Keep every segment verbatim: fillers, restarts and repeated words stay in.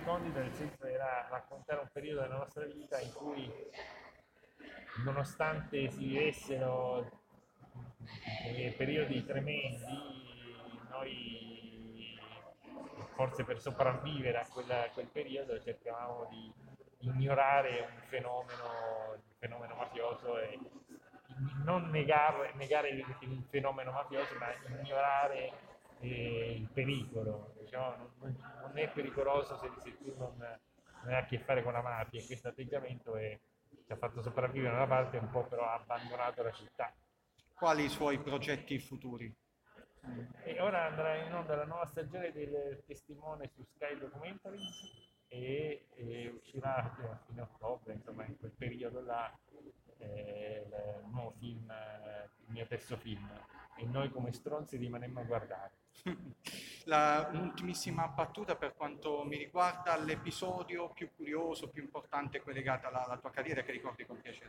recondito, nel senso era raccontare un periodo della nostra vita in cui, nonostante si vivessero eh, periodi tremendi, noi forse per sopravvivere a, quella, a quel periodo cercavamo di ignorare un fenomeno, un fenomeno mafioso e non negare, negare il, il fenomeno mafioso, ma ignorare eh, il pericolo. Diciamo, non, non è pericoloso se, se tu non, non hai a che fare con la mafia, e questo atteggiamento è, ci ha fatto sopravvivere da una parte, un po' però ha abbandonato la città. Quali i suoi progetti futuri? E ora andrà in onda la nuova stagione del Testimone su Sky Documentaries e, e uscirà a fine ottobre, insomma in quel periodo là, eh, il nuovo film, eh, il mio terzo film, e noi come stronzi rimanemmo a guardare. La, un'ultimissima battuta per quanto mi riguarda, l'episodio più curioso, più importante collegato alla, alla tua carriera che ricordi con piacere,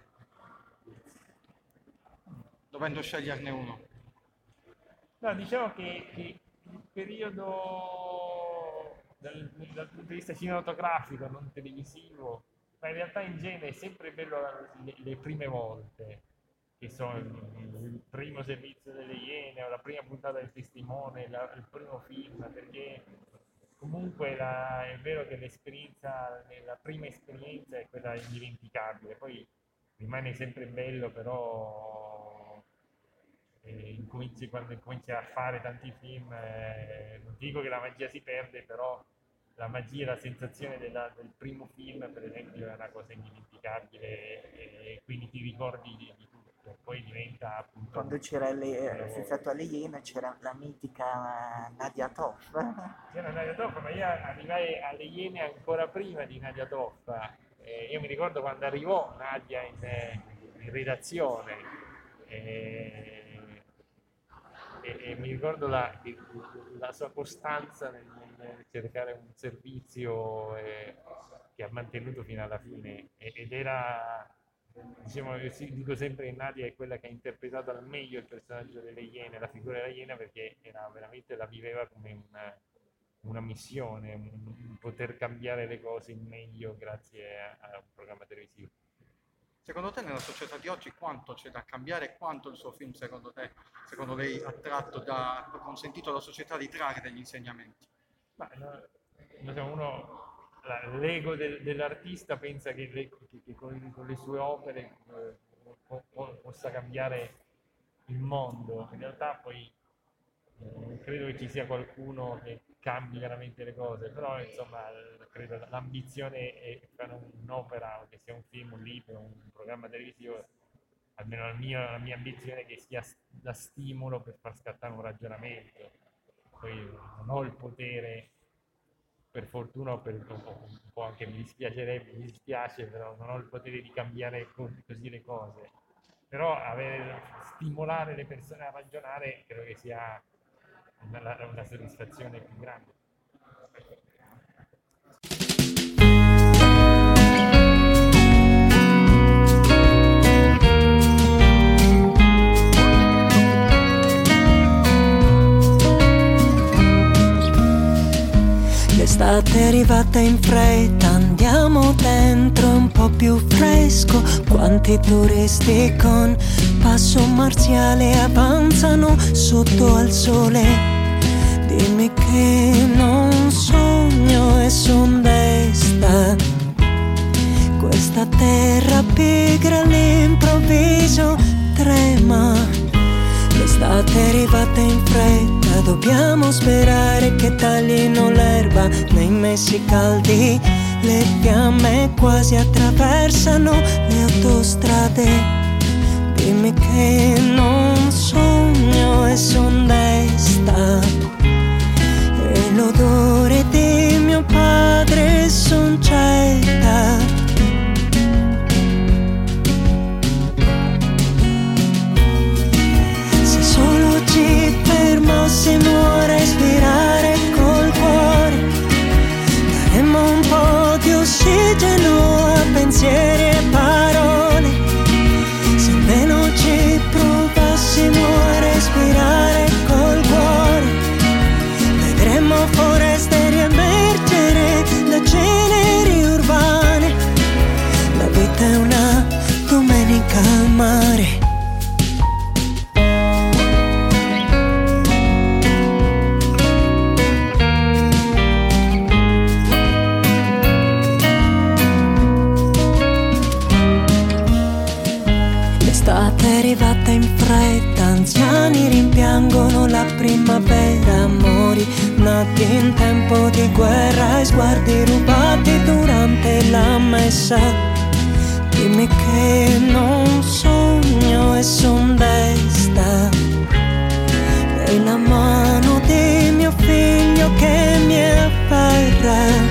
dovendo sceglierne uno. No, diciamo che, che il periodo dal, dal punto di vista cinematografico, non televisivo, ma in realtà in genere è sempre bello le, le prime volte, che sono il, il primo servizio delle Iene o la prima puntata del Testimone, la, il primo film, perché comunque la, è vero che l'esperienza, la prima esperienza è quella indimenticabile, poi rimane sempre bello, però eh, incominci, quando incominci a fare tanti film, eh, non dico che la magia si perde, però la magia, la sensazione della, del primo film, per esempio, è una cosa indimenticabile e, e quindi ti ricordi di, di tutto. Poi diventa appunto... Quando c'era le, Effetto alle Iene c'era la mitica Nadia Toff. C'era Nadia Toff, ma io arrivai alle Iene ancora prima di Nadia Toff. Eh, io mi ricordo quando arrivò Nadia in, in redazione eh, e, e mi ricordo la, la sua costanza nel, nel cercare un servizio eh, che ha mantenuto fino alla fine, ed era... Diciamo, io dico sempre che Nadia è quella che ha interpretato al meglio il personaggio delle Iene, la figura della Iena, perché era veramente, la viveva come una, una missione, un, un poter cambiare le cose in meglio grazie a, a un programma televisivo. Secondo te nella società di oggi quanto c'è da cambiare e quanto il suo film secondo te, secondo lei ha tratto da, ha consentito alla società di trarre degli insegnamenti? Ma no, uno... l'ego del, dell'artista pensa che, le, che, che con, con le sue opere eh, po, po, possa cambiare il mondo. In realtà poi eh, credo che ci sia qualcuno che cambi veramente le cose, però insomma credo l'ambizione è fare un'opera, che sia un film, un libro, un programma televisivo, almeno la mia, la mia ambizione è che sia da stimolo per far scattare un ragionamento. Poi non ho il potere, per fortuna o per un po' anche mi dispiacerebbe, mi dispiace, però non ho il potere di cambiare così le cose. Però avere, stimolare le persone a ragionare credo che sia una, una soddisfazione più grande. L'estate è arrivata in fretta, andiamo dentro un po' più fresco. Quanti turisti con passo marziale avanzano sotto al sole. Dimmi che non sogno e son desta. Questa terra pigra all'improvviso trema. L'estate è arrivata in fretta, dobbiamo sperare che taglino l'erba nei mesi caldi. Le fiamme quasi attraversano le autostrade. Dimmi che non sogno e son desta. E l'odore di mio padre son certa. Ci fermassimo a respirare col cuore, daremmo un po' di ossigeno a pensieri e parole. Se almeno ci provassimo a respirare col cuore, vedremmo foreste riemergere da cielo. primavera, amori nati in tempo di guerra e sguardi rubati durante la messa. Dimmi che non sogno e son desta, e la mano di mio figlio che mi afferra.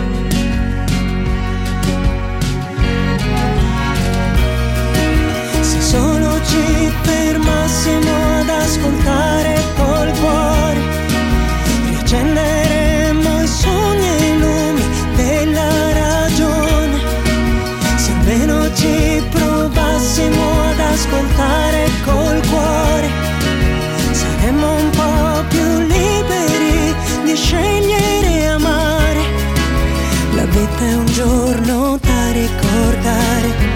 Se solo ci fermassimo ad ascoltare col cuore, riaccenderemo i sogni e i lumi della ragione. Se almeno ci provassimo ad ascoltare col cuore, saremmo un po' più liberi di scegliere e amare. La vita è un giorno da ricordare.